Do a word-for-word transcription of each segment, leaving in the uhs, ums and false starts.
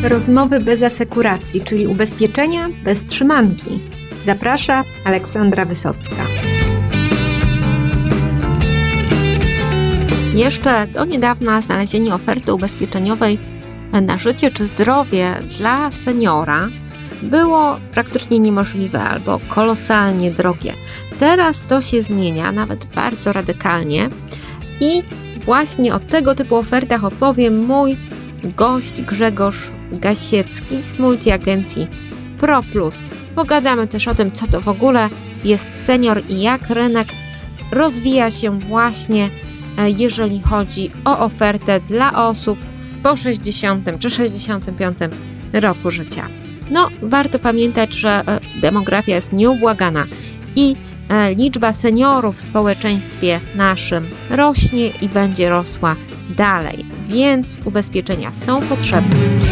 Rozmowy bez asekuracji, czyli ubezpieczenia bez trzymanki. Zaprasza Aleksandra Wysocka. Jeszcze do niedawna znalezienie oferty ubezpieczeniowej na życie czy zdrowie dla seniora było praktycznie niemożliwe albo kolosalnie drogie. Teraz to się zmienia, nawet bardzo radykalnie i właśnie o tego typu ofertach opowie mój gość Grzegorz Gasiecki z multiagencji ProPlus. Pogadamy też o tym, co to w ogóle jest senior i jak rynek rozwija się właśnie, jeżeli chodzi o ofertę dla osób po sześćdziesiątym czy sześćdziesiątym piątym roku życia. No, warto pamiętać, że demografia jest nieubłagana i liczba seniorów w społeczeństwie naszym rośnie i będzie rosła dalej, więc ubezpieczenia są potrzebne.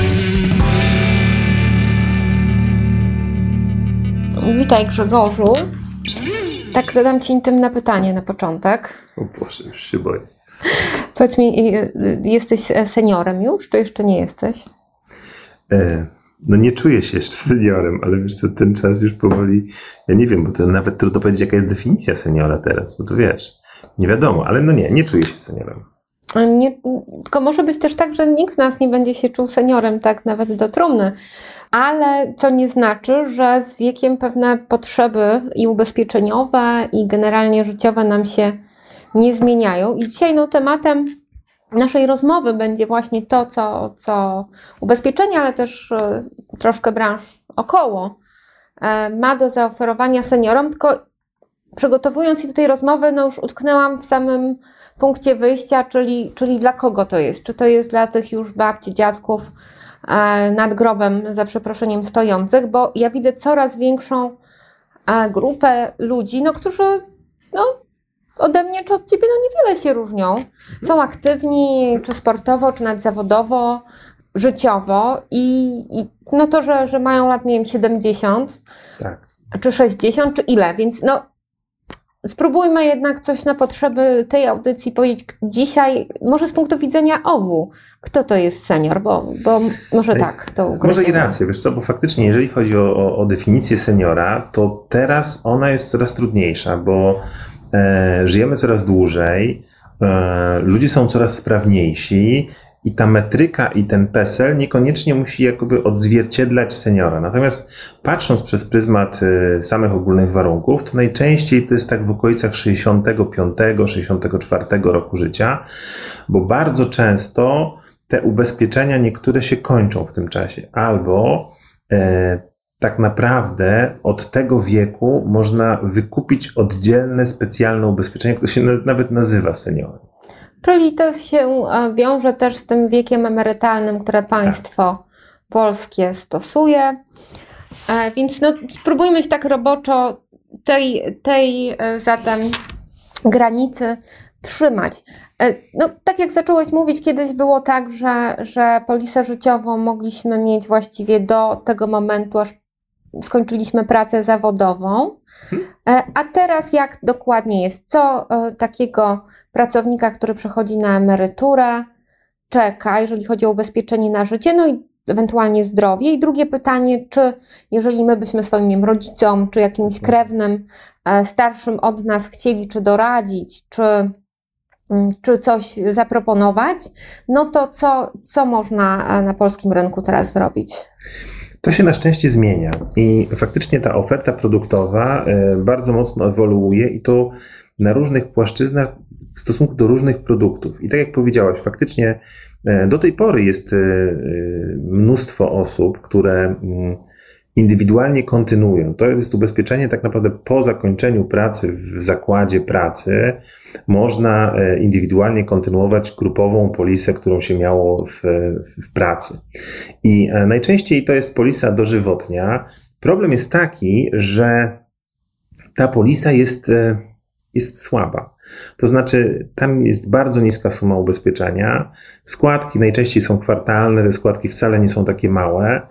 Witaj, Grzegorzu. Tak, zadam Ci intymne pytanie na początek. O Boże, już się boję. Powiedz mi, jesteś seniorem już, czy jeszcze nie jesteś? E, no nie czuję się jeszcze seniorem, ale wiesz co, ten czas już powoli, ja nie wiem, bo to nawet trudno powiedzieć, jaka jest definicja seniora teraz, bo to wiesz, nie wiadomo, ale no nie, nie czuję się seniorem. Nie, tylko może być też tak, że nikt z nas nie będzie się czuł seniorem, tak nawet do trumny, ale co nie znaczy, że z wiekiem pewne potrzeby i ubezpieczeniowe i generalnie życiowe nam się nie zmieniają. I dzisiaj no, tematem naszej rozmowy będzie właśnie to, co, co ubezpieczenie, ale też y, troszkę branż około y, ma do zaoferowania seniorom, tylko przygotowując się do tej rozmowy, no już utknęłam w samym punkcie wyjścia, czyli, czyli dla kogo to jest? Czy to jest dla tych już babci, dziadków y, nad grobem, za przeproszeniem, stojących, bo ja widzę coraz większą y, grupę ludzi, no, którzy no, ode mnie czy od Ciebie no niewiele się różnią. Są aktywni, czy sportowo, czy nawet zawodowo, życiowo i, i no to, że, że mają lat, nie wiem, siedemdziesiąt, Tak. czy sześćdziesiąt, czy ile, więc no spróbujmy jednak coś na potrzeby tej audycji powiedzieć dzisiaj, może z punktu widzenia O W U, kto to jest senior, bo, bo może Ej, tak to ugryźmy. Może i rację, wiesz co, bo faktycznie jeżeli chodzi o, o, o definicję seniora, to teraz ona jest coraz trudniejsza, bo E, żyjemy coraz dłużej, e, ludzie są coraz sprawniejsi i ta metryka i ten PESEL niekoniecznie musi jakoby odzwierciedlać seniora. Natomiast patrząc przez pryzmat e, samych ogólnych warunków, to najczęściej to jest tak w okolicach sześćdziesiątego piątego sześćdziesiątego czwartego roku życia, bo bardzo często te ubezpieczenia niektóre się kończą w tym czasie, albo e, tak naprawdę od tego wieku można wykupić oddzielne, specjalne ubezpieczenie, które się nawet nazywa seniorem. Czyli to się wiąże też z tym wiekiem emerytalnym, które państwo tak. polskie stosuje. Więc no, spróbujmy się tak roboczo tej, tej zatem granicy trzymać. No, tak jak zacząłeś mówić, kiedyś było tak, że, że polisę życiową mogliśmy mieć właściwie do tego momentu, aż skończyliśmy pracę zawodową, a teraz jak dokładnie jest? Co takiego pracownika, który przechodzi na emeryturę, czeka, jeżeli chodzi o ubezpieczenie na życie, no i ewentualnie zdrowie? I drugie pytanie, czy jeżeli my byśmy swoim nie wiem, rodzicom, czy jakimś krewnym, starszym od nas chcieli, czy doradzić, czy, czy coś zaproponować, no to co, co można na polskim rynku teraz zrobić? To się na szczęście zmienia i faktycznie ta oferta produktowa bardzo mocno ewoluuje i to na różnych płaszczyznach w stosunku do różnych produktów. I tak jak powiedziałaś, faktycznie do tej pory jest mnóstwo osób, które indywidualnie kontynuują. To jest ubezpieczenie tak naprawdę po zakończeniu pracy w zakładzie pracy. Można indywidualnie kontynuować grupową polisę, którą się miało w, w pracy. I najczęściej to jest polisa dożywotnia. Problem jest taki, że ta polisa jest, jest słaba. To znaczy, tam jest bardzo niska suma ubezpieczenia. Składki najczęściej są kwartalne, te składki wcale nie są takie małe.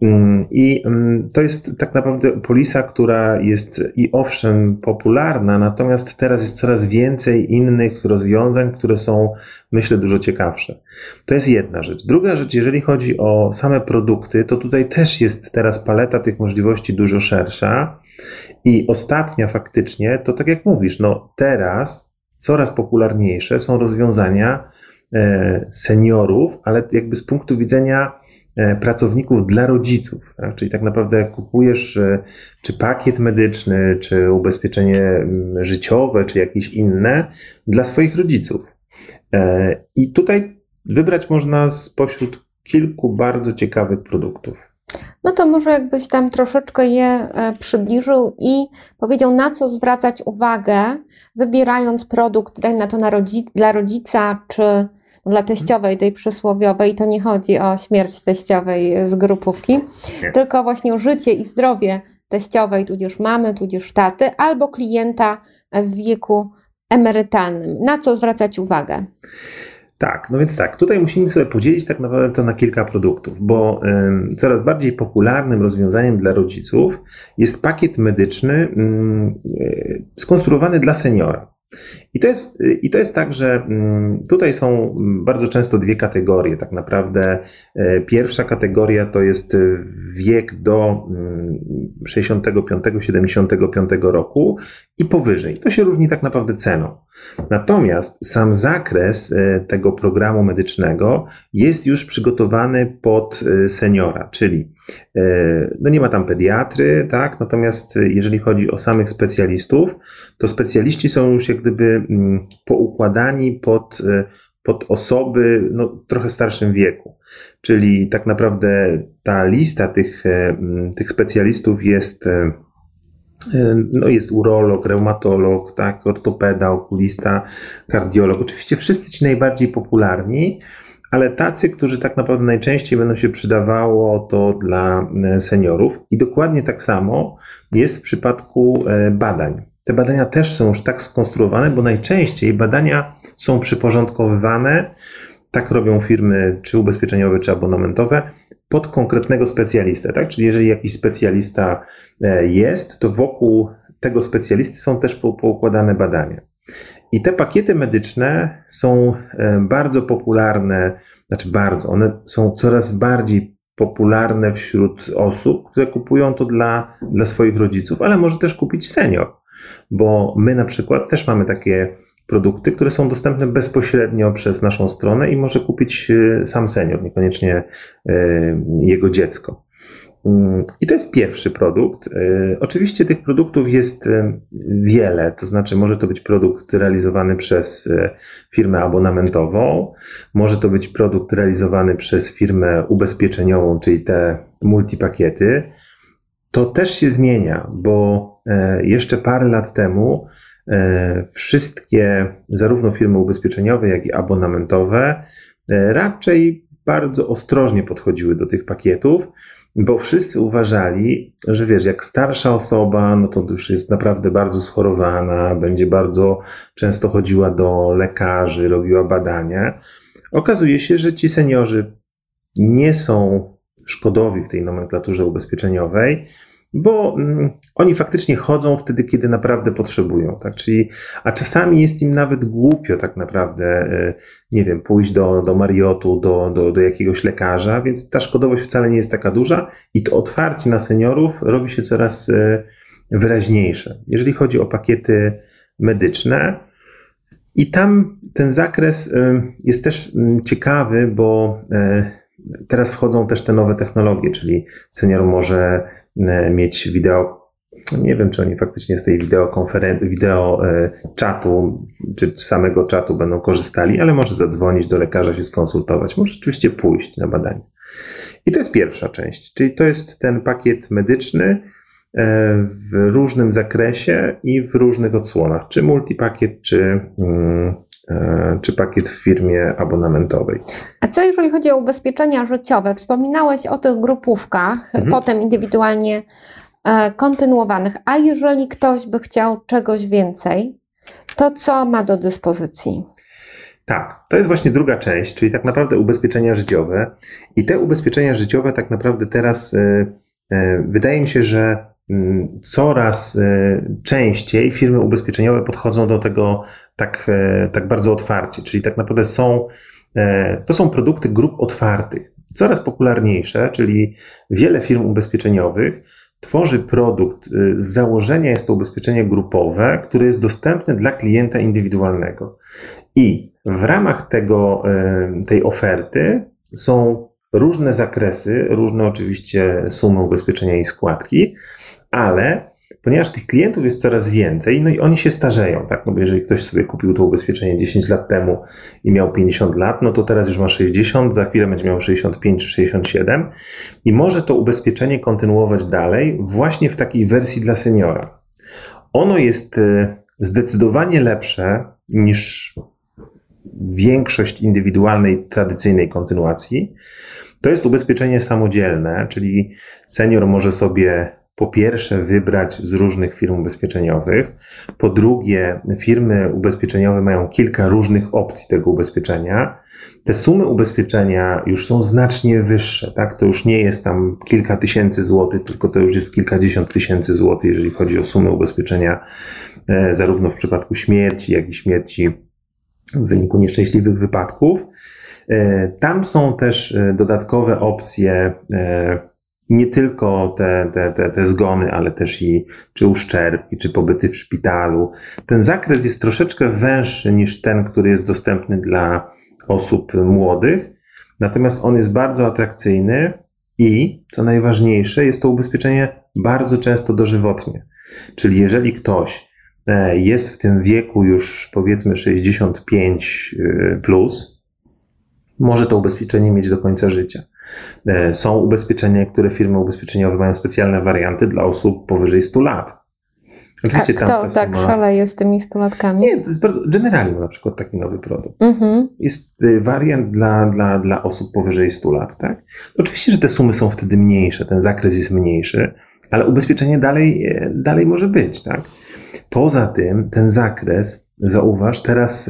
I to jest tak naprawdę polisa, która jest i owszem popularna, natomiast teraz jest coraz więcej innych rozwiązań, które są, myślę, dużo ciekawsze. To jest jedna rzecz. Druga rzecz, jeżeli chodzi o same produkty, to tutaj też jest teraz paleta tych możliwości dużo szersza. I ostatnia faktycznie, to tak jak mówisz, no teraz coraz popularniejsze są rozwiązania seniorów, ale jakby z punktu widzenia pracowników dla rodziców, tak? Czyli tak naprawdę kupujesz czy pakiet medyczny, czy ubezpieczenie życiowe, czy jakieś inne dla swoich rodziców. I tutaj wybrać można spośród kilku bardzo ciekawych produktów. No to może jakbyś tam troszeczkę je przybliżył i powiedział, na co zwracać uwagę, wybierając produkt, dajmy na to na rodzi- dla rodzica, czy dla teściowej, tej przysłowiowej. To nie chodzi o śmierć teściowej z grupówki, nie. Tylko właśnie o życie i zdrowie teściowej, tudzież mamy, tudzież taty, albo klienta w wieku emerytalnym. Na co zwracać uwagę? Tak, no więc tak, tutaj musimy sobie podzielić tak naprawdę to na kilka produktów, bo y, coraz bardziej popularnym rozwiązaniem dla rodziców jest pakiet medyczny y, skonstruowany dla seniora. I to jest, i to jest tak, że tutaj są bardzo często dwie kategorie. Tak naprawdę pierwsza kategoria to jest wiek do sześćdziesiątego piątego siedemdziesiątego piątego roku i powyżej. To się różni tak naprawdę ceną. Natomiast sam zakres tego programu medycznego jest już przygotowany pod seniora, czyli no nie ma tam pediatry, tak? Natomiast jeżeli chodzi o samych specjalistów, to specjaliści są już jak gdyby poukładani pod, pod osoby no, trochę starszym wieku. Czyli tak naprawdę ta lista tych, tych specjalistów jest, no jest urolog, reumatolog, tak? Ortopeda, okulista, kardiolog. Oczywiście wszyscy ci najbardziej popularni, ale tacy, którzy tak naprawdę najczęściej będą się przydawało to dla seniorów. I dokładnie tak samo jest w przypadku badań. Te badania też są już tak skonstruowane, bo najczęściej badania są przyporządkowywane, tak robią firmy czy ubezpieczeniowe, czy abonamentowe, pod konkretnego specjalistę, tak? Czyli jeżeli jakiś specjalista jest, to wokół tego specjalisty są też poukładane badania. I te pakiety medyczne są bardzo popularne, znaczy bardzo, one są coraz bardziej popularne wśród osób, które kupują to dla, dla swoich rodziców, ale może też kupić senior, bo my na przykład też mamy takie produkty, które są dostępne bezpośrednio przez naszą stronę i może kupić sam senior, niekoniecznie jego dziecko. I to jest pierwszy produkt. Oczywiście tych produktów jest wiele, to znaczy może to być produkt realizowany przez firmę abonamentową, może to być produkt realizowany przez firmę ubezpieczeniową, czyli te multipakiety. To też się zmienia, bo jeszcze parę lat temu wszystkie, zarówno firmy ubezpieczeniowe, jak i abonamentowe, raczej bardzo ostrożnie podchodziły do tych pakietów, bo wszyscy uważali, że wiesz, jak starsza osoba, no to już jest naprawdę bardzo schorowana, będzie bardzo często chodziła do lekarzy, robiła badania. Okazuje się, że ci seniorzy nie są szkodowi w tej nomenklaturze ubezpieczeniowej, bo mm, oni faktycznie chodzą wtedy, kiedy naprawdę potrzebują, tak? Czyli, a czasami jest im nawet głupio tak naprawdę, y, nie wiem, pójść do, do Mariotu, do, do, do jakiegoś lekarza, więc ta szkodowość wcale nie jest taka duża i to otwarcie na seniorów robi się coraz y, wyraźniejsze. Jeżeli chodzi o pakiety medyczne, i tam ten zakres y, jest też y, ciekawy, bo y, teraz wchodzą też te nowe technologie, czyli senior może mieć wideo, nie wiem, czy oni faktycznie z tej wideokonferencji, wideo czatu, czy samego czatu będą korzystali, ale może zadzwonić do lekarza, się skonsultować, może rzeczywiście pójść na badanie. I to jest pierwsza część, czyli to jest ten pakiet medyczny w różnym zakresie i w różnych odsłonach, czy multipakiet, czy czy pakiet w firmie abonamentowej. A co jeżeli chodzi o ubezpieczenia życiowe? Wspominałeś o tych grupówkach, mhm. potem indywidualnie e, kontynuowanych. A jeżeli ktoś by chciał czegoś więcej, to co ma do dyspozycji? Tak, to jest właśnie druga część, czyli tak naprawdę ubezpieczenia życiowe. I te ubezpieczenia życiowe tak naprawdę teraz y, y, wydaje mi się, że y, coraz y, częściej firmy ubezpieczeniowe podchodzą do tego tak, y, tak bardzo otwarcie, czyli tak naprawdę są, y, to są produkty grup otwartych, coraz popularniejsze, czyli wiele firm ubezpieczeniowych tworzy produkt, z założenia jest to ubezpieczenie grupowe, które jest dostępne dla klienta indywidualnego. I w ramach tego, tej oferty są różne zakresy, różne oczywiście sumy ubezpieczenia i składki, ale ponieważ tych klientów jest coraz więcej, no i oni się starzeją, tak? No bo jeżeli ktoś sobie kupił to ubezpieczenie dziesięć lat temu i miał pięćdziesiąt lat, no to teraz już ma sześćdziesiąt, za chwilę będzie miał sześćdziesiąt pięć czy sześćdziesiąt siedem i może to ubezpieczenie kontynuować dalej właśnie w takiej wersji dla seniora. Ono jest zdecydowanie lepsze niż większość indywidualnej, tradycyjnej kontynuacji. To jest ubezpieczenie samodzielne, czyli senior może sobie po pierwsze wybrać z różnych firm ubezpieczeniowych, po drugie firmy ubezpieczeniowe mają kilka różnych opcji tego ubezpieczenia. Te sumy ubezpieczenia już są znacznie wyższe, tak? To już nie jest tam kilka tysięcy złotych, tylko to już jest kilkadziesiąt tysięcy złotych, jeżeli chodzi o sumy ubezpieczenia, e, zarówno w przypadku śmierci, jak i śmierci w wyniku nieszczęśliwych wypadków. E, tam są też dodatkowe opcje, e, nie tylko te, te, te, te zgony, ale też i czy uszczerbki, czy pobyty w szpitalu. Ten zakres jest troszeczkę węższy niż ten, który jest dostępny dla osób młodych, natomiast on jest bardzo atrakcyjny i, co najważniejsze, jest to ubezpieczenie bardzo często dożywotnie. Czyli jeżeli ktoś jest w tym wieku już powiedzmy sześćdziesiąt pięć plus, może to ubezpieczenie mieć do końca życia. Są ubezpieczenia, które firmy ubezpieczeniowe mają specjalne warianty dla osób powyżej stu lat. Oczywiście tam kto tak suma... szaleje z tymi stulatkami? Nie, to jest bardzo... Generali ma na przykład taki nowy produkt. Mhm. Jest wariant dla, dla, dla osób powyżej stu lat, tak? Oczywiście, że te sumy są wtedy mniejsze, ten zakres jest mniejszy, ale ubezpieczenie dalej, dalej może być, tak? Poza tym ten zakres, zauważ, teraz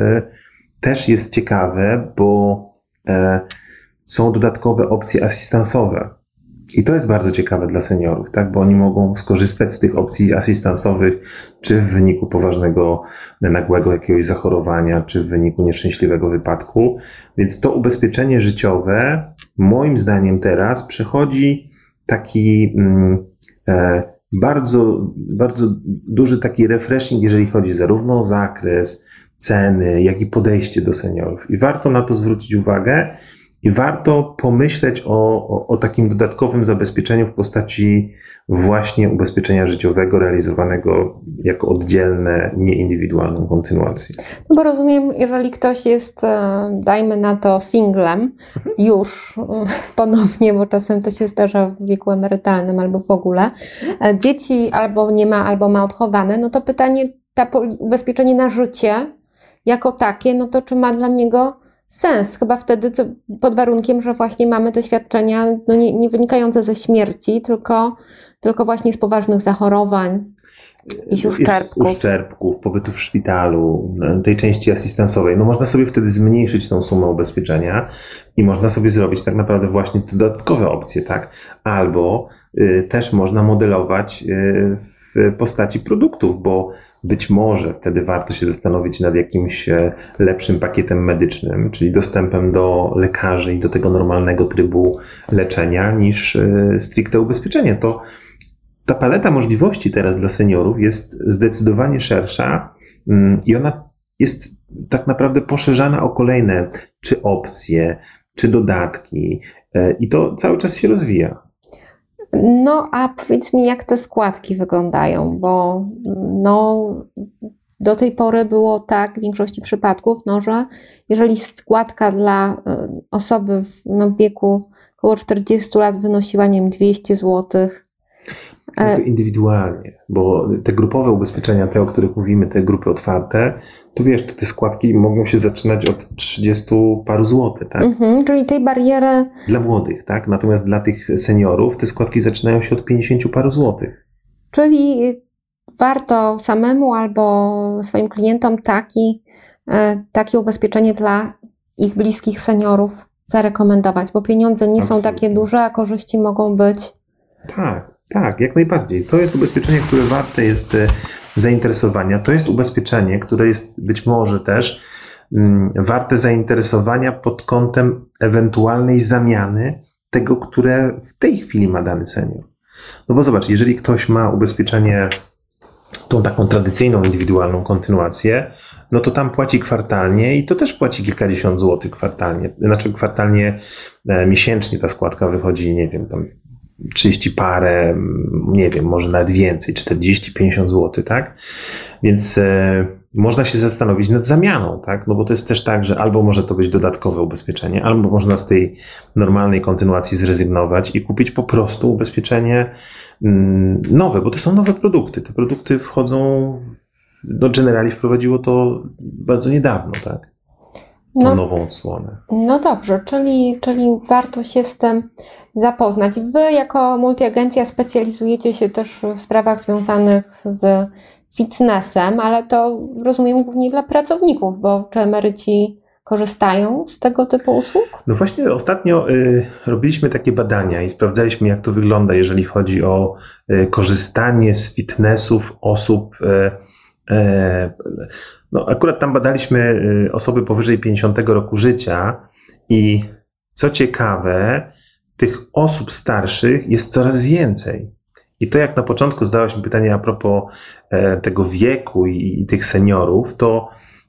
też jest ciekawe, bo e, są dodatkowe opcje asystansowe. I to jest bardzo ciekawe dla seniorów, tak? Bo oni mogą skorzystać z tych opcji asystansowych, czy w wyniku poważnego, nagłego jakiegoś zachorowania, czy w wyniku nieszczęśliwego wypadku. Więc to ubezpieczenie życiowe, moim zdaniem teraz, przechodzi taki mm, e, bardzo, bardzo duży taki refreshing, jeżeli chodzi zarówno o zakres, ceny, jak i podejście do seniorów. I warto na to zwrócić uwagę i warto pomyśleć o, o, o takim dodatkowym zabezpieczeniu w postaci właśnie ubezpieczenia życiowego realizowanego jako oddzielne, nieindywidualną kontynuację. No bo rozumiem, jeżeli ktoś jest, dajmy na to, singlem już ponownie, bo czasem to się zdarza w wieku emerytalnym albo w ogóle, dzieci albo nie ma, albo ma odchowane, no to pytanie, to ubezpieczenie na życie jako takie, no to czy ma dla niego sens? Chyba wtedy, co, pod warunkiem, że właśnie mamy doświadczenia no nie, nie wynikające ze śmierci, tylko, tylko właśnie z poważnych zachorowań, jakichś uszczerbków. Uszczerbków, pobytu w szpitalu, tej części asystansowej. No można sobie wtedy zmniejszyć tą sumę ubezpieczenia i można sobie zrobić tak naprawdę właśnie te dodatkowe opcje, tak? Albo y, też można modelować y, w postaci produktów, bo być może wtedy warto się zastanowić nad jakimś lepszym pakietem medycznym, czyli dostępem do lekarzy i do tego normalnego trybu leczenia niż stricte ubezpieczenie. To ta paleta możliwości teraz dla seniorów jest zdecydowanie szersza i ona jest tak naprawdę poszerzana o kolejne czy opcje, czy dodatki i to cały czas się rozwija. No, a powiedz mi, jak te składki wyglądają, bo no, do tej pory było tak w większości przypadków, no, że jeżeli składka dla osoby w, no, w wieku około czterdziestu lat wynosiła, nie wiem, dwieście złotych. To indywidualnie, bo te grupowe ubezpieczenia, te, o których mówimy, te grupy otwarte, to wiesz, to te składki mogą się zaczynać od trzydziestu paru złotych, tak? Mhm, czyli tej bariery... Dla młodych, tak? Natomiast dla tych seniorów te składki zaczynają się od pięćdziesięciu paru złotych. Czyli warto samemu albo swoim klientom taki takie ubezpieczenie dla ich bliskich seniorów zarekomendować, bo pieniądze nie Absolutnie. są takie duże, a korzyści mogą być. Tak, tak, jak najbardziej. To jest ubezpieczenie, które warte jest zainteresowania. To jest ubezpieczenie, które jest być może też mm, warte zainteresowania pod kątem ewentualnej zamiany tego, które w tej chwili ma dany senior. No bo zobacz, jeżeli ktoś ma ubezpieczenie, tą taką tradycyjną, indywidualną kontynuację, no to tam płaci kwartalnie i to też płaci kilkadziesiąt złotych kwartalnie. Znaczy kwartalnie, e, miesięcznie ta składka wychodzi, nie wiem, tam trzydzieści parę, nie wiem, może nawet więcej, czterdzieści pięćdziesiąt złotych, tak? Więc e, można się zastanowić nad zamianą, tak? No bo to jest też tak, że albo może to być dodatkowe ubezpieczenie, albo można z tej normalnej kontynuacji zrezygnować i kupić po prostu ubezpieczenie mm, nowe, bo to są nowe produkty. Te produkty wchodzą, no Generali wprowadziło to bardzo niedawno, tak? Tą No, nową odsłonę. no dobrze, czyli, czyli warto się z tym zapoznać. Wy jako multiagencja specjalizujecie się też w sprawach związanych z fitnessem, ale to rozumiem głównie dla pracowników, bo czy emeryci korzystają z tego typu usług? No właśnie ostatnio y, robiliśmy takie badania i sprawdzaliśmy, jak to wygląda, jeżeli chodzi o y, korzystanie z fitnessów osób. Y, y, no akurat tam badaliśmy y, osoby powyżej pięćdziesiątego roku życia i co ciekawe, tych osób starszych jest coraz więcej. I to jak na początku zadałaś mi pytanie a propos y, tego wieku i, i tych seniorów, to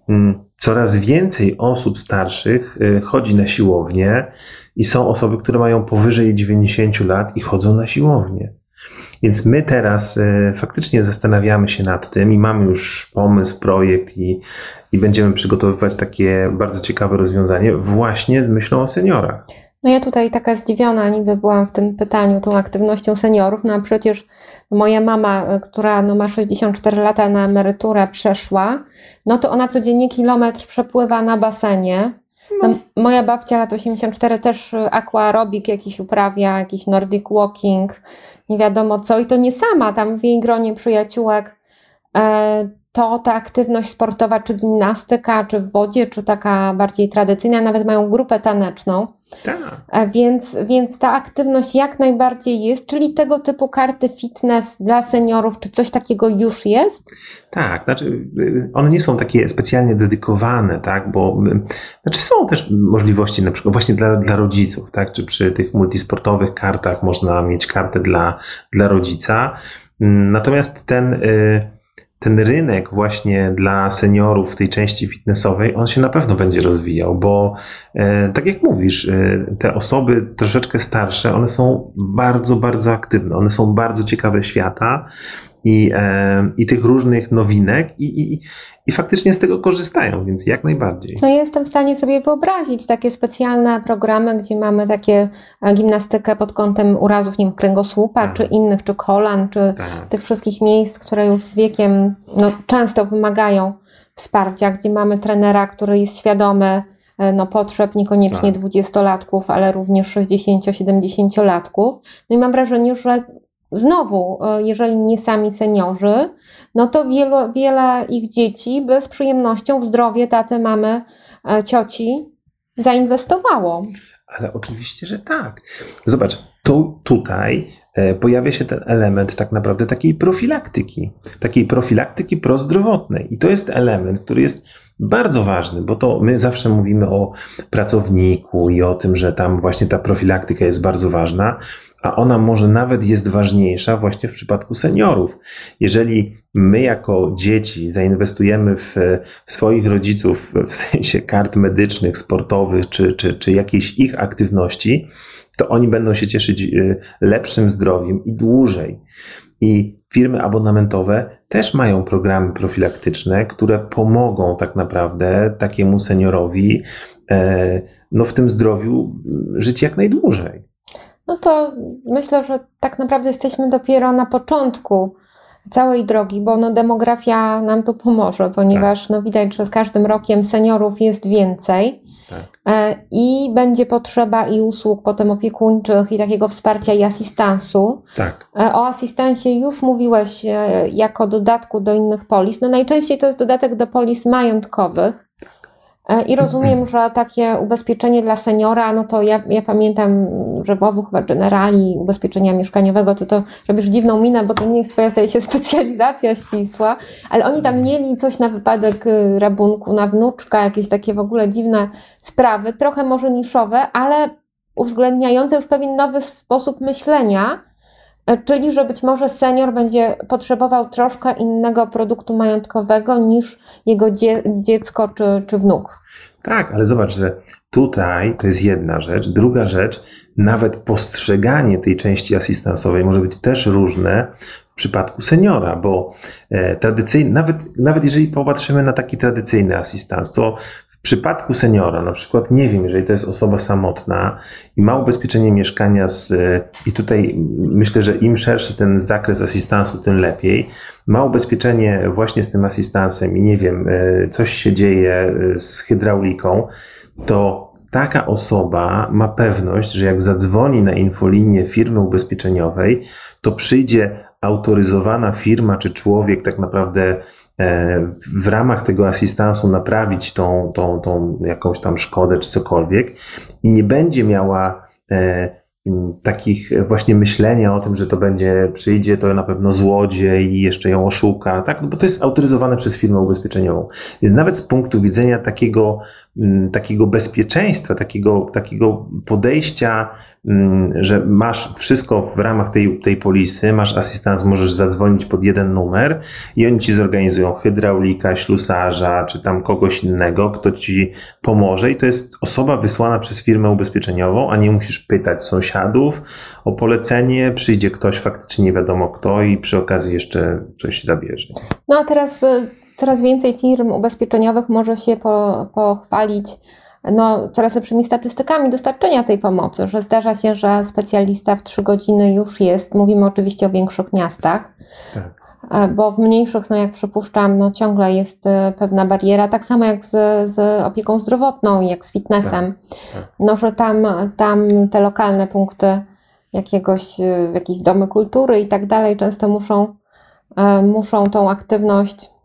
coraz więcej osób starszych chodzi na siłownię i są osoby, które mają powyżej dziewięćdziesięciu lat i chodzą na siłownię. Więc my teraz faktycznie zastanawiamy się nad tym i mamy już pomysł, projekt i, i będziemy przygotowywać takie bardzo ciekawe rozwiązanie właśnie z myślą o seniorach. No ja tutaj taka zdziwiona niby byłam w tym pytaniu, tą aktywnością seniorów, no a przecież moja mama, która no ma sześćdziesiąt cztery lata, na emeryturę przeszła, no to ona codziennie kilometr przepływa na basenie. No, moja babcia lat osiemdziesiąt cztery też aquarobic jakiś uprawia, jakiś nordic walking, nie wiadomo co i to nie sama, tam w jej gronie przyjaciółek e, to ta aktywność sportowa, czy gimnastyka, czy w wodzie, czy taka bardziej tradycyjna, nawet mają grupę taneczną. Tak. Więc, więc ta aktywność jak najbardziej jest, czyli tego typu karty fitness dla seniorów, czy coś takiego już jest? Tak, znaczy one nie są takie specjalnie dedykowane, tak, bo znaczy są też możliwości na przykład właśnie dla, dla rodziców, tak, czy przy tych multisportowych kartach można mieć kartę dla, dla rodzica, natomiast ten ten rynek właśnie dla seniorów w tej części fitnessowej, on się na pewno będzie rozwijał, bo e, tak jak mówisz, e, te osoby troszeczkę starsze, one są bardzo, bardzo aktywne, one są bardzo ciekawe świata i, e, i tych różnych nowinek i, i, i faktycznie z tego korzystają, więc jak najbardziej. No jestem w stanie sobie wyobrazić takie specjalne programy, gdzie mamy takie gimnastykę pod kątem urazów, nie wiem, kręgosłupa, tak. czy innych, czy kolan, czy tak. tych wszystkich miejsc, które już z wiekiem no, często wymagają wsparcia, gdzie mamy trenera, który jest świadomy no, potrzeb niekoniecznie tak. dwudziestolatków, ale również sześćdziesięcio-siedemdziesięciolatków. No i mam wrażenie, że znowu, jeżeli nie sami seniorzy, no to wielu, wiele ich dzieci by z przyjemnością w zdrowie taty, mamy, cioci zainwestowało. Ale oczywiście, że tak. Zobacz, tu, tutaj pojawia się ten element tak naprawdę takiej profilaktyki, takiej profilaktyki prozdrowotnej. I to jest element, który jest bardzo ważny, bo to my zawsze mówimy o pracowniku i o tym, że tam właśnie ta profilaktyka jest bardzo ważna, a ona może nawet jest ważniejsza właśnie w przypadku seniorów. Jeżeli my jako dzieci zainwestujemy w, w swoich rodziców w sensie kart medycznych, sportowych czy, czy, czy jakiejś ich aktywności, to oni będą się cieszyć lepszym zdrowiem i dłużej. I firmy abonamentowe też mają programy profilaktyczne, które pomogą tak naprawdę takiemu seniorowi no, w tym zdrowiu żyć jak najdłużej. No to myślę, że tak naprawdę jesteśmy dopiero na początku całej drogi, bo no demografia nam tu pomoże, ponieważ tak. no widać, że z każdym rokiem seniorów jest więcej tak. i będzie potrzeba i usług potem opiekuńczych i takiego wsparcia i asystansu. Tak. O asystansie już mówiłeś jako dodatku do innych polis. No najczęściej to jest dodatek do polis majątkowych. I rozumiem, że takie ubezpieczenie dla seniora, no to ja, ja pamiętam, że w O W U chyba Generali ubezpieczenia mieszkaniowego, to to robisz dziwną minę, bo to nie jest twoja, zdaje się, specjalizacja ścisła, ale oni tam mieli coś na wypadek rabunku, na wnuczka, jakieś takie w ogóle dziwne sprawy, trochę może niszowe, ale uwzględniające już pewien nowy sposób myślenia, czyli że być może senior będzie potrzebował troszkę innego produktu majątkowego niż jego dzie- dziecko czy, czy wnuk. Tak, ale zobacz, że tutaj to jest jedna rzecz. Druga rzecz, nawet postrzeganie tej części asystansowej może być też różne w przypadku seniora, bo e, tradycyjnie, nawet, nawet jeżeli popatrzymy na taki tradycyjny asystans, to w przypadku seniora, na przykład, nie wiem, jeżeli to jest osoba samotna i ma ubezpieczenie mieszkania z, i tutaj myślę, że im szerszy ten zakres asystansu, tym lepiej, ma ubezpieczenie właśnie z tym asystansem i nie wiem, coś się dzieje z hydrauliką, to taka osoba ma pewność, że jak zadzwoni na infolinię firmy ubezpieczeniowej, to przyjdzie autoryzowana firma czy człowiek tak naprawdę w ramach tego asystansu naprawić tą, tą, tą jakąś tam szkodę czy cokolwiek i nie będzie miała e, takich właśnie myślenia o tym, że to będzie, przyjdzie to na pewno złodziej i jeszcze ją oszuka, tak? No bo to jest autoryzowane przez firmę ubezpieczeniową. Więc nawet z punktu widzenia takiego, takiego bezpieczeństwa, takiego, takiego podejścia, że masz wszystko w ramach tej, tej polisy, masz asystans, możesz zadzwonić pod jeden numer i oni ci zorganizują hydraulika, ślusarza, czy tam kogoś innego, kto ci pomoże i to jest osoba wysłana przez firmę ubezpieczeniową, a nie musisz pytać sąsiadów o polecenie, przyjdzie ktoś faktycznie nie wiadomo kto i przy okazji jeszcze coś zabierze. No a teraz coraz więcej firm ubezpieczeniowych może się po, pochwalić no, coraz lepszymi statystykami dostarczenia tej pomocy, że zdarza się, że specjalista w trzy godziny już jest, mówimy oczywiście o większych miastach, tak. Bo w mniejszych, no jak przypuszczam, no ciągle jest pewna bariera, tak samo jak z, z opieką zdrowotną, jak z fitnessem, tak, tak. No że tam, tam te lokalne punkty jakiegoś, jakieś domy kultury i tak dalej często muszą, muszą tą aktywność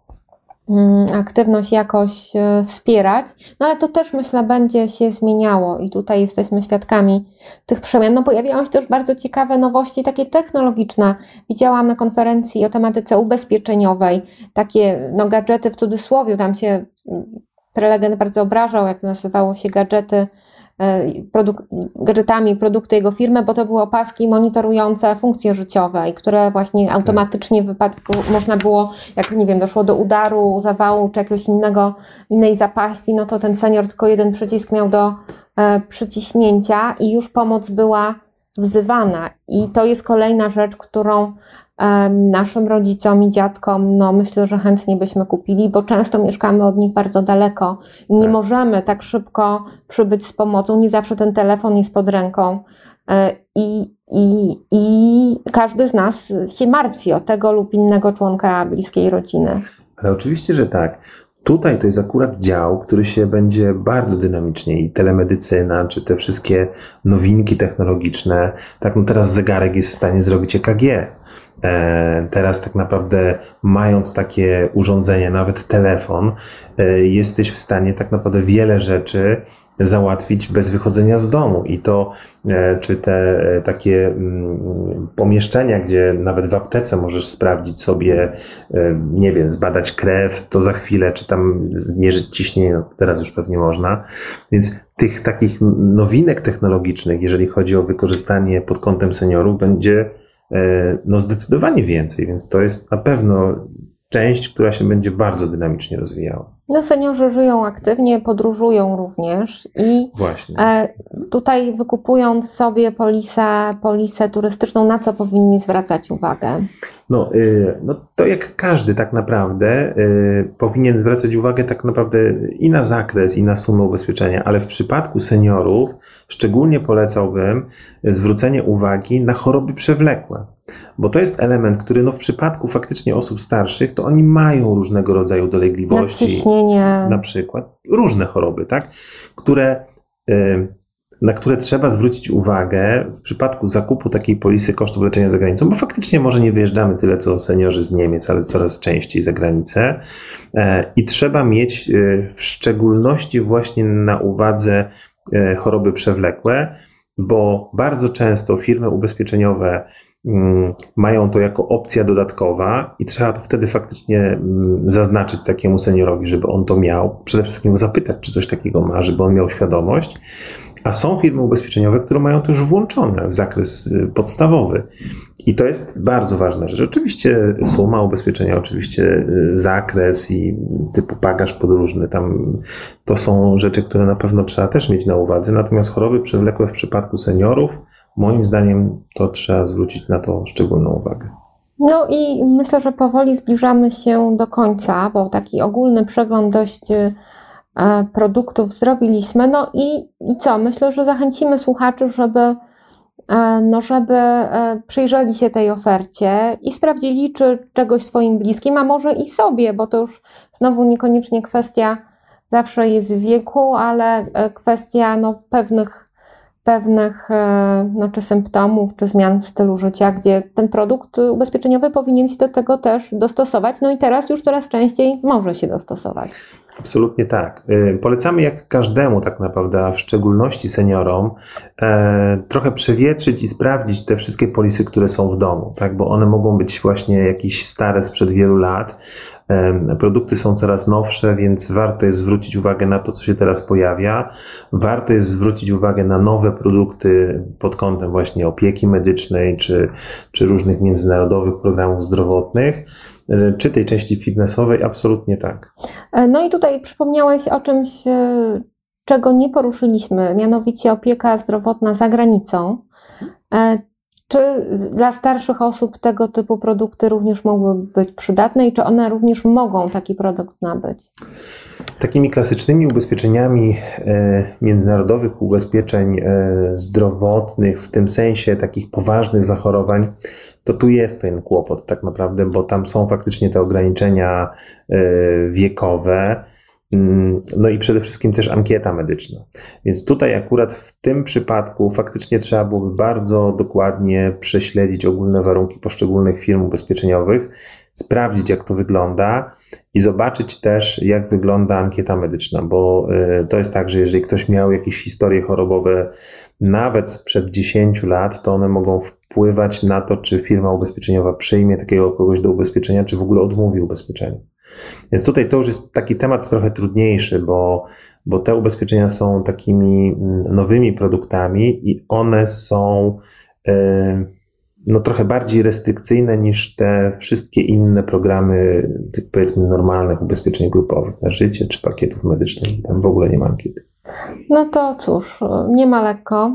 aktywność jakoś wspierać, no ale to też myślę będzie się zmieniało i tutaj jesteśmy świadkami tych przemian. No pojawiają się też bardzo ciekawe nowości takie technologiczne. Widziałam na konferencji o tematyce ubezpieczeniowej takie no gadżety w cudzysłowie, tam się prelegent bardzo obrażał, jak nazywało się gadżety Produk- gadżetami produkty jego firmy, bo to były opaski monitorujące funkcje życiowe i które właśnie automatycznie w wypadku można było, jak nie wiem, doszło do udaru, zawału czy jakiegoś innego, innej zapaści, no to ten senior tylko jeden przycisk miał do e, przyciśnięcia i już pomoc była wzywana. I to jest kolejna rzecz, którą e, naszym rodzicom i dziadkom, no myślę, że chętnie byśmy kupili, bo często mieszkamy od nich bardzo daleko i nie tak. możemy tak szybko przybyć z pomocą, nie zawsze ten telefon jest pod ręką e, i, i, i każdy z nas się martwi o tego lub innego członka bliskiej rodziny. Ale oczywiście, że tak. Tutaj to jest akurat dział, który się będzie bardzo dynamicznie i telemedycyna, czy te wszystkie nowinki technologiczne. Tak, no teraz zegarek jest w stanie zrobić E K G. E, teraz tak naprawdę mając takie urządzenie, nawet telefon, e, jesteś w stanie tak naprawdę wiele rzeczy załatwić bez wychodzenia z domu i to, czy te takie pomieszczenia, gdzie nawet w aptece możesz sprawdzić sobie, nie wiem, zbadać krew, to za chwilę, czy tam zmierzyć ciśnienie, no teraz już pewnie można, więc tych takich nowinek technologicznych, jeżeli chodzi o wykorzystanie pod kątem seniorów, będzie no zdecydowanie więcej, więc to jest na pewno część, która się będzie bardzo dynamicznie rozwijała. No seniorzy żyją aktywnie, podróżują również i Właśnie. tutaj wykupując sobie polisę, polisę turystyczną, na co powinni zwracać uwagę? No, no to jak każdy tak naprawdę powinien zwracać uwagę tak naprawdę i na zakres, i na sumę ubezpieczenia, ale w przypadku seniorów szczególnie polecałbym zwrócenie uwagi na choroby przewlekłe. Bo to jest element, który no w przypadku faktycznie osób starszych, to oni mają różnego rodzaju dolegliwości. Nadciśnienie. Na przykład. Różne choroby, tak? Które y, na które trzeba zwrócić uwagę w przypadku zakupu takiej polisy kosztów leczenia za granicą, bo faktycznie może nie wyjeżdżamy tyle co seniorzy z Niemiec, ale coraz częściej za granicę i trzeba mieć w szczególności właśnie na uwadze choroby przewlekłe, bo bardzo często firmy ubezpieczeniowe mają to jako opcja dodatkowa i trzeba to wtedy faktycznie zaznaczyć takiemu seniorowi, żeby on to miał. Przede wszystkim zapytać, czy coś takiego ma, żeby on miał świadomość. A są firmy ubezpieczeniowe, które mają to już włączone w zakres podstawowy. I to jest bardzo ważna rzecz. Oczywiście suma ubezpieczenia, oczywiście zakres i typu bagaż podróżny, tam to są rzeczy, które na pewno trzeba też mieć na uwadze. Natomiast choroby przewlekłe w przypadku seniorów, moim zdaniem to trzeba zwrócić na to szczególną uwagę. No i myślę, że powoli zbliżamy się do końca, bo taki ogólny przegląd dość produktów zrobiliśmy. No i, i co? Myślę, że zachęcimy słuchaczy, żeby, no żeby przyjrzeli się tej ofercie i sprawdzili, czy czegoś swoim bliskim, a może i sobie, bo to już znowu niekoniecznie kwestia zawsze jest wieku, ale kwestia no, pewnych pewnych no, czy symptomów, czy zmian w stylu życia, gdzie ten produkt ubezpieczeniowy powinien się do tego też dostosować. No i teraz już coraz częściej może się dostosować. Absolutnie tak. Polecamy jak każdemu tak naprawdę, a w szczególności seniorom, e, trochę przewietrzyć i sprawdzić te wszystkie polisy, które są w domu, tak? Bo one mogą być właśnie jakieś stare sprzed wielu lat. E, produkty są coraz nowsze, więc warto jest zwrócić uwagę na to, co się teraz pojawia. Warto jest zwrócić uwagę na nowe produkty pod kątem właśnie opieki medycznej, czy, czy różnych międzynarodowych programów zdrowotnych. Czy tej części fitnessowej? Absolutnie tak. No i tutaj przypomniałeś o czymś, czego nie poruszyliśmy, mianowicie opieka zdrowotna za granicą. Czy dla starszych osób tego typu produkty również mogłyby być przydatne i czy one również mogą taki produkt nabyć? Z takimi klasycznymi ubezpieczeniami e, międzynarodowych ubezpieczeń e, zdrowotnych, w tym sensie takich poważnych zachorowań, to tu jest pewien kłopot tak naprawdę, bo tam są faktycznie te ograniczenia e, wiekowe, no i przede wszystkim też ankieta medyczna. Więc tutaj akurat w tym przypadku faktycznie trzeba byłoby bardzo dokładnie prześledzić ogólne warunki poszczególnych firm ubezpieczeniowych, sprawdzić jak to wygląda i zobaczyć też jak wygląda ankieta medyczna, bo to jest tak, że jeżeli ktoś miał jakieś historie chorobowe nawet sprzed dziesięciu lat, to one mogą wpływać na to, czy firma ubezpieczeniowa przyjmie takiego kogoś do ubezpieczenia, czy w ogóle odmówi ubezpieczenia. Więc tutaj to już jest taki temat trochę trudniejszy, bo, bo te ubezpieczenia są takimi nowymi produktami i one są yy, no, trochę bardziej restrykcyjne niż te wszystkie inne programy tych powiedzmy normalnych ubezpieczeń grupowych na życie czy pakietów medycznych. Tam w ogóle nie ma ankiety. No to cóż, nie ma lekko.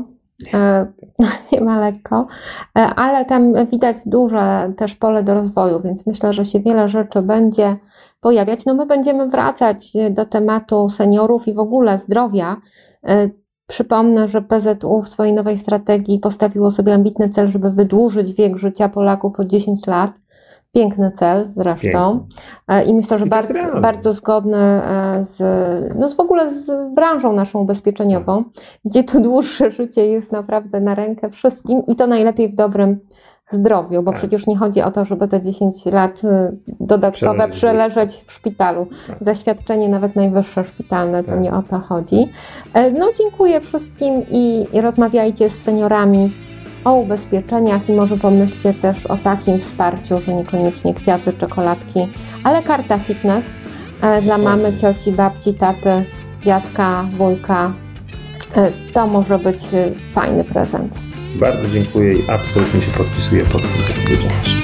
Nie ma lekko, ale tam widać duże też pole do rozwoju, więc myślę, że się wiele rzeczy będzie pojawiać. No my będziemy wracać do tematu seniorów i w ogóle zdrowia. Przypomnę, że P Z U w swojej nowej strategii postawiło sobie ambitny cel, żeby wydłużyć wiek życia Polaków o dziesięć lat. Piękny cel zresztą. Piękny. I myślę, że bardzo, bardzo zgodny z, no w ogóle z branżą naszą ubezpieczeniową, gdzie to dłuższe życie jest naprawdę na rękę wszystkim i to najlepiej w dobrym zdrowiu, bo tak. Przecież nie chodzi o to, żeby te dziesięć lat dodatkowe przeleżeć, przeleżeć w szpitalu. Tak. Zaświadczenie nawet najwyższe szpitalne, to tak. Nie o to chodzi. No dziękuję wszystkim i, i rozmawiajcie z seniorami o ubezpieczeniach i może pomyślcie też o takim wsparciu, że niekoniecznie kwiaty, czekoladki, ale karta fitness e, dla mamy, cioci, babci, taty, dziadka, wujka. E, to może być fajny prezent. Bardzo dziękuję i absolutnie się podpisuję pod tym, co powiedziałeś.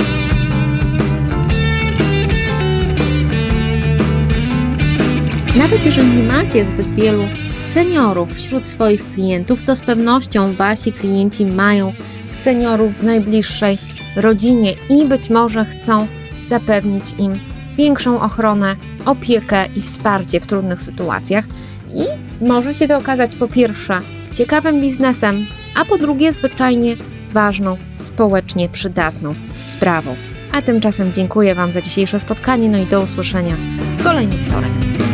Nawet jeżeli nie macie zbyt wielu seniorów wśród swoich klientów, to z pewnością wasi klienci mają seniorów w najbliższej rodzinie i być może chcą zapewnić im większą ochronę, opiekę i wsparcie w trudnych sytuacjach. I może się to okazać po pierwsze ciekawym biznesem, a po drugie zwyczajnie ważną, społecznie przydatną sprawą. A tymczasem dziękuję Wam za dzisiejsze spotkanie, no i do usłyszenia w kolejny wtorek.